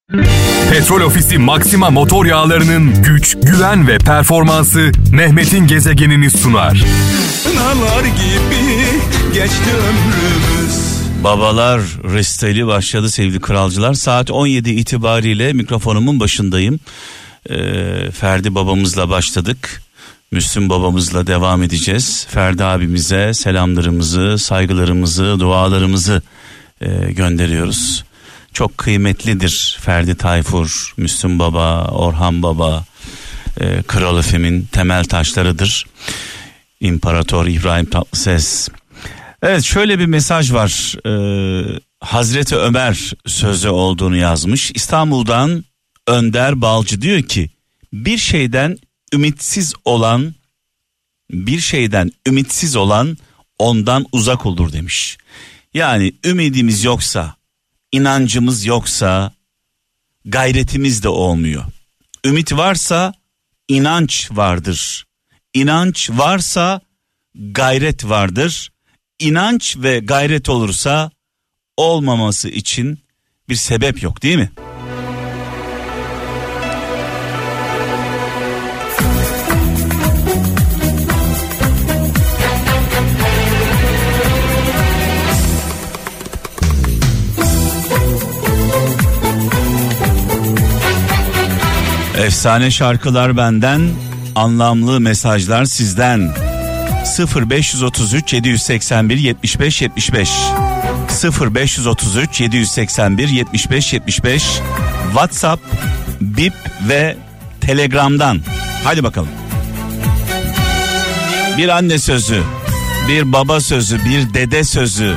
Petrol Ofisi Maxima motor yağlarının güç, güven ve performansı Mehmet'in gezegenini sunar. Nalar gibi geçti ömrümüz. Babalar resteli başladı sevgili kralcılar. Saat 17 itibariyle mikrofonumun başındayım. Ferdi babamızla başladık. Müslüm babamızla devam edeceğiz. Ferdi abimize selamlarımızı, saygılarımızı, dualarımızı gönderiyoruz. Çok kıymetlidir Ferdi Tayfur, Müslüm Baba, Orhan Baba, Kral FM'in temel taşlarıdır. İmparator İbrahim Tatlıses. Evet, şöyle bir mesaj var. Hazreti Ömer sözü olduğunu yazmış. İstanbul'dan Önder Balcı diyor ki bir şeyden ümitsiz olan ondan uzak olur demiş. Yani ümidimiz yoksa, inancımız yoksa gayretimiz de olmuyor. Ümit varsa inanç vardır. İnanç varsa gayret vardır. İnanç ve gayret olursa olmaması için bir sebep yok, değil mi? Efsane şarkılar benden, anlamlı mesajlar sizden. 0533 781 75 75 0533 781 75 75 WhatsApp, Bip ve Telegram'dan. Hadi bakalım. Bir anne sözü, bir baba sözü, bir dede sözü.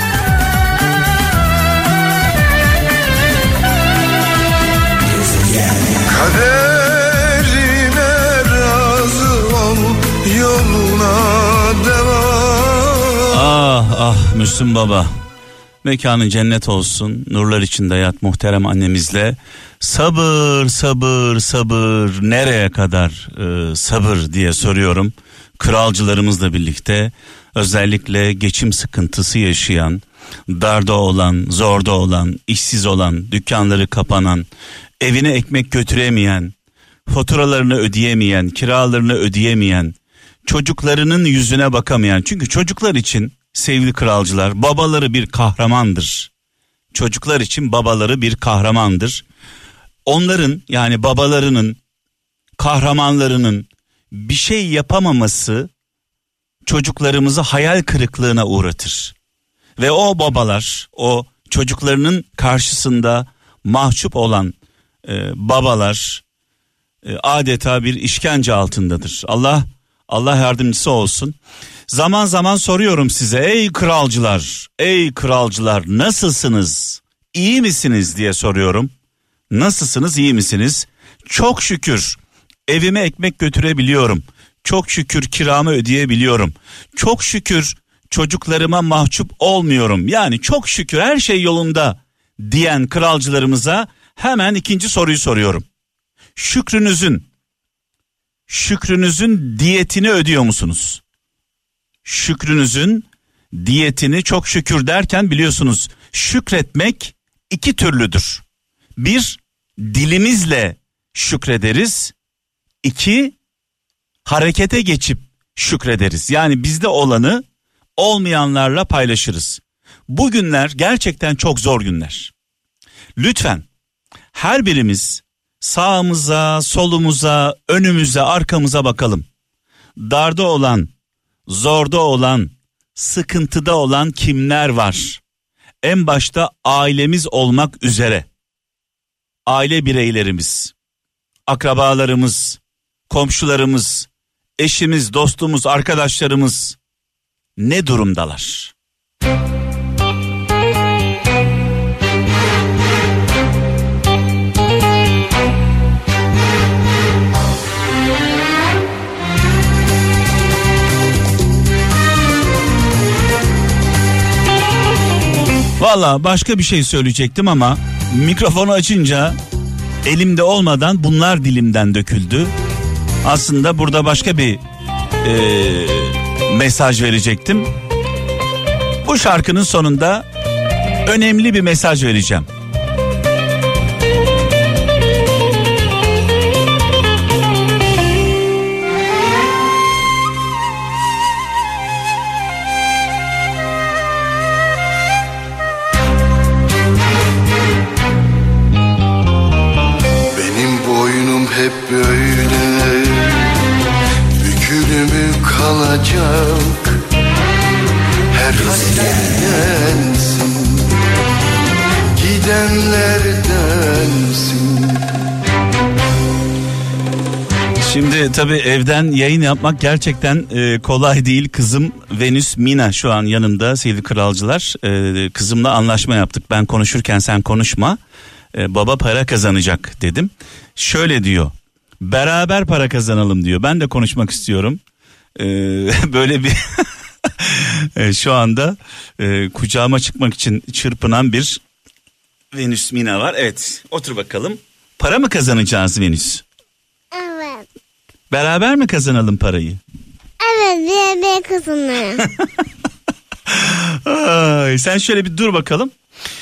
Kaderine razı ol, yoluna devam. Ah Müslüm Baba, mekanın cennet olsun, nurlar içinde yat muhterem annemizle. Sabır nereye kadar sabır diye soruyorum. Kralcılarımızla birlikte, özellikle geçim sıkıntısı yaşayan, darda olan, zorda olan, işsiz olan, dükkanları kapanan, evine ekmek götüremeyen, faturalarını ödeyemeyen, kiralarını ödeyemeyen, çocuklarının yüzüne bakamayan. Çünkü çocuklar için sevgili kralcılar, babaları bir kahramandır. Çocuklar için babaları bir kahramandır. Onların, yani babalarının, kahramanlarının bir şey yapamaması çocuklarımızı hayal kırıklığına uğratır. Ve o babalar, o çocuklarının karşısında mahcup olan babalar adeta bir işkence altındadır. Allah yardımcısı olsun. Zaman zaman soruyorum size, ey kralcılar nasılsınız? İyi misiniz diye soruyorum. Nasılsınız, iyi misiniz? Çok şükür evime ekmek götürebiliyorum. Çok şükür kiramı ödeyebiliyorum. Çok şükür çocuklarıma mahcup olmuyorum. Yani çok şükür her şey yolunda diyen kralcılarımıza hemen ikinci soruyu soruyorum. Şükrünüzün diyetini ödüyor musunuz? Şükrünüzün diyetini, çok şükür derken biliyorsunuz şükretmek iki türlüdür. Bir, dilimizle şükrederiz. İki, harekete geçip şükrederiz. Yani bizde olanı olmayanlarla paylaşırız. Bu günler gerçekten çok zor günler. Lütfen her birimiz sağımıza, solumuza, önümüze, arkamıza bakalım. Darda olan, zorda olan, sıkıntıda olan kimler var? En başta ailemiz olmak üzere. Aile bireylerimiz, akrabalarımız, komşularımız, eşimiz, dostumuz, arkadaşlarımız ne durumdalar? Valla başka bir şey söyleyecektim ama mikrofonu açınca elimde olmadan bunlar dilimden döküldü. Aslında burada başka bir mesaj verecektim. Bu şarkının sonunda önemli bir mesaj vereceğim. Şimdi tabii evden yayın yapmak gerçekten kolay değil. Kızım Venüs Mina şu an yanımda sevgili kralcılar. Kızımla anlaşma yaptık. Ben konuşurken sen konuşma. Baba para kazanacak dedim. Şöyle diyor. Beraber para kazanalım diyor. Ben de konuşmak istiyorum. Böyle bir şu anda kucağıma çıkmak için çırpınan bir Venüs Mina var. Evet, otur bakalım. Para mı kazanacağız Venüs? Evet. Beraber mi kazanalım parayı? Evet, beraber kazanalım. Ay, sen şöyle bir dur bakalım.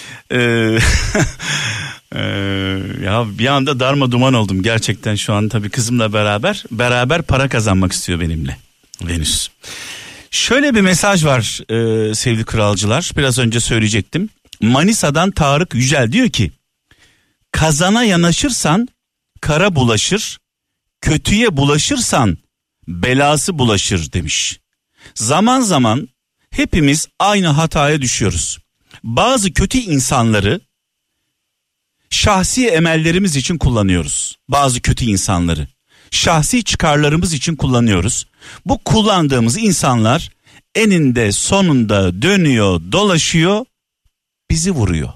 Ya bir anda darma duman oldum gerçekten şu an. Tabii kızımla beraber para kazanmak istiyor benimle Venüs. Şöyle bir mesaj var sevgili kralcılar, biraz önce söyleyecektim. Manisa'dan Tarık Yücel diyor ki, kazana yanaşırsan kara bulaşır, kötüye bulaşırsan belası bulaşır demiş. Zaman zaman hepimiz aynı hataya düşüyoruz. Bazı kötü insanları şahsi emellerimiz için kullanıyoruz. Bazı kötü insanları şahsi çıkarlarımız için kullanıyoruz. Bu kullandığımız insanlar eninde sonunda dönüyor, dolaşıyor, bizi vuruyor.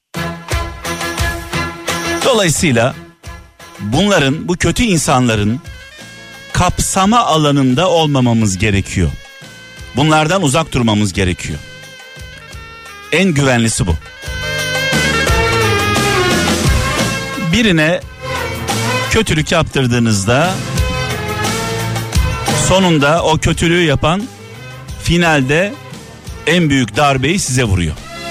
Dolayısıyla bu kötü insanların kapsama alanında olmamamız gerekiyor. Bunlardan uzak durmamız gerekiyor. En güvenlisi bu. Birine kötülük yaptırdığınızda sonunda o kötülüğü yapan finalde en büyük darbeyi size vuruyor.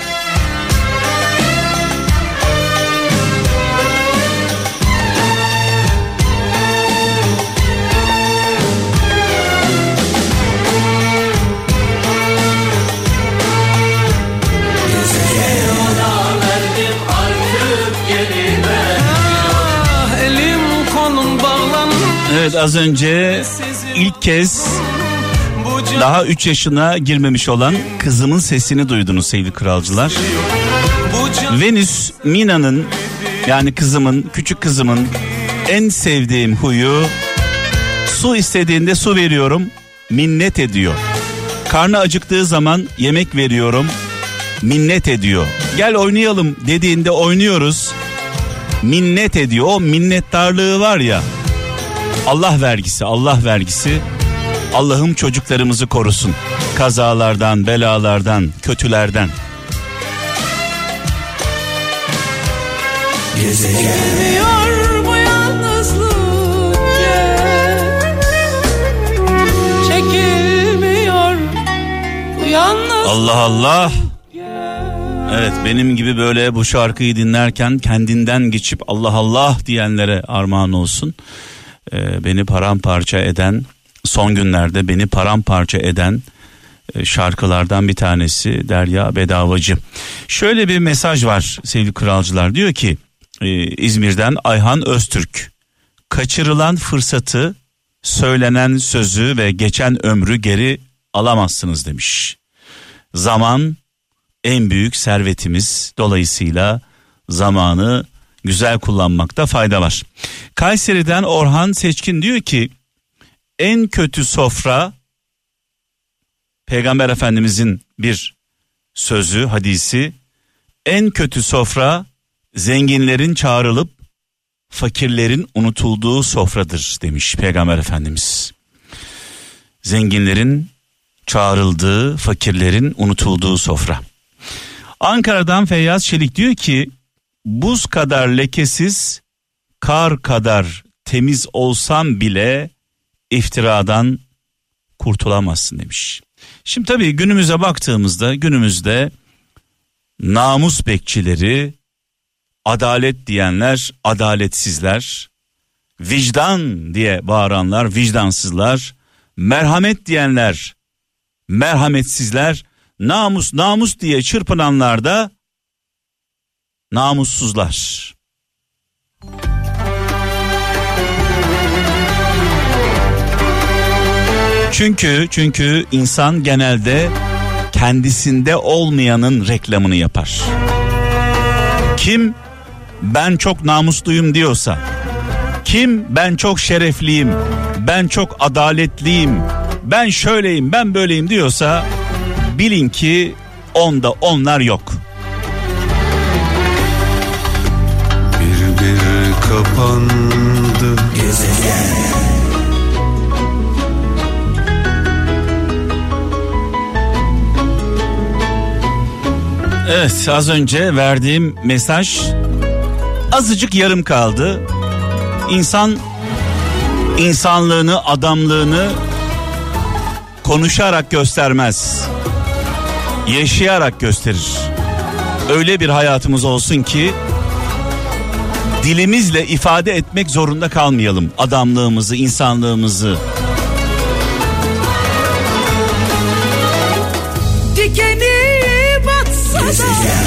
Evet, az önce ilk kez daha 3 yaşına girmemiş olan kızımın sesini duydunuz sevgili kralcılar. Venüs Mina'nın, yani küçük kızımın en sevdiğim huyu, su istediğinde su veriyorum, minnet ediyor. Karnı acıktığı zaman yemek veriyorum, minnet ediyor. Gel oynayalım dediğinde oynuyoruz, minnet ediyor. O minnettarlığı var ya, Allah vergisi. Allah'ım çocuklarımızı korusun kazalardan, belalardan, kötülerden. Gelmiyor bu yalnızlık, çekilmiyor bu yalnızlık. Allah. Evet, benim gibi böyle bu şarkıyı dinlerken kendinden geçip Allah Allah diyenlere armağan olsun. Beni paramparça eden, son günlerde beni paramparça eden şarkılardan bir tanesi Derya Bedavacı. Şöyle bir mesaj var sevgili kralcılar, diyor ki İzmir'den Ayhan Öztürk, kaçırılan fırsatı, söylenen sözü ve geçen ömrü geri alamazsınız demiş. Zaman en büyük servetimiz, dolayısıyla zamanı güzel kullanmakta fayda var. Kayseri'den Orhan Seçkin diyor ki, en kötü sofra, Peygamber Efendimizin bir sözü, hadisi, en kötü sofra zenginlerin çağrılıp fakirlerin unutulduğu sofradır demiş Peygamber Efendimiz. Zenginlerin çağrıldığı, fakirlerin unutulduğu sofra. Ankara'dan Feyyaz Çelik diyor ki, buz kadar lekesiz, kar kadar temiz olsam bile iftiradan kurtulamazsın demiş. Şimdi tabii günümüze baktığımızda, günümüzde namus bekçileri, adalet diyenler adaletsizler, vicdan diye bağıranlar vicdansızlar, merhamet diyenler merhametsizler, namus diye çırpınanlar da namussuzlar. Çünkü insan genelde kendisinde olmayanın reklamını yapar. Kim ben çok namusluyum diyorsa, kim ben çok şerefliyim ben çok adaletliyim, ben şöyleyim, ben böyleyim diyorsa bilin ki onda onlar yok. Bir kapandı gezegen. Evet, az önce verdiğim mesaj azıcık yarım kaldı. İnsan insanlığını, adamlığını konuşarak göstermez, yaşayarak gösterir. Öyle bir hayatımız olsun ki dilimizle ifade etmek zorunda kalmayalım adamlığımızı, insanlığımızı. Dikeni batsa da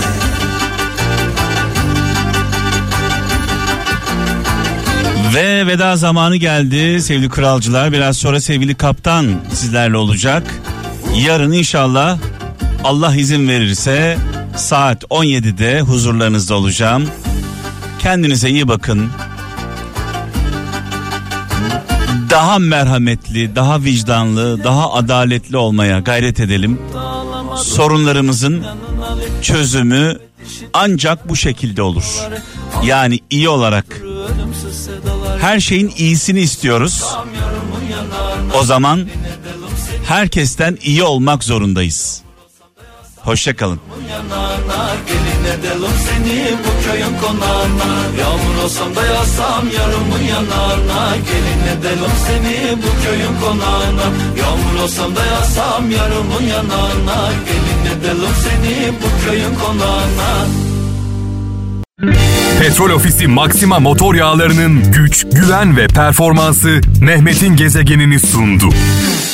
Ve veda zamanı geldi sevgili kralcılar. Biraz sonra sevgili kaptan sizlerle olacak. Yarın inşallah Allah izin verirse saat 17'de huzurlarınızda olacağım. Kendinize iyi bakın. Daha merhametli, daha vicdanlı, daha adaletli olmaya gayret edelim. Sorunlarımızın çözümü ancak bu şekilde olur. Yani iyi olarak. Her şeyin iyisini istiyoruz. O zaman herkesten iyi olmak zorundayız. Hoşça kalın. Gelin edelim seni bu köyün konağına. Yağmur olsam da yağsam yarımın yanağına. Gelin edelim seni bu köyün konağına. Yağmur olsam da yağsam yarımın yanağına. Gelin edelim seni bu köyün konağına. Petrol Ofisi Maxima motor yağlarının güç, güven ve performansı Mehmet'in gezegenini sundu.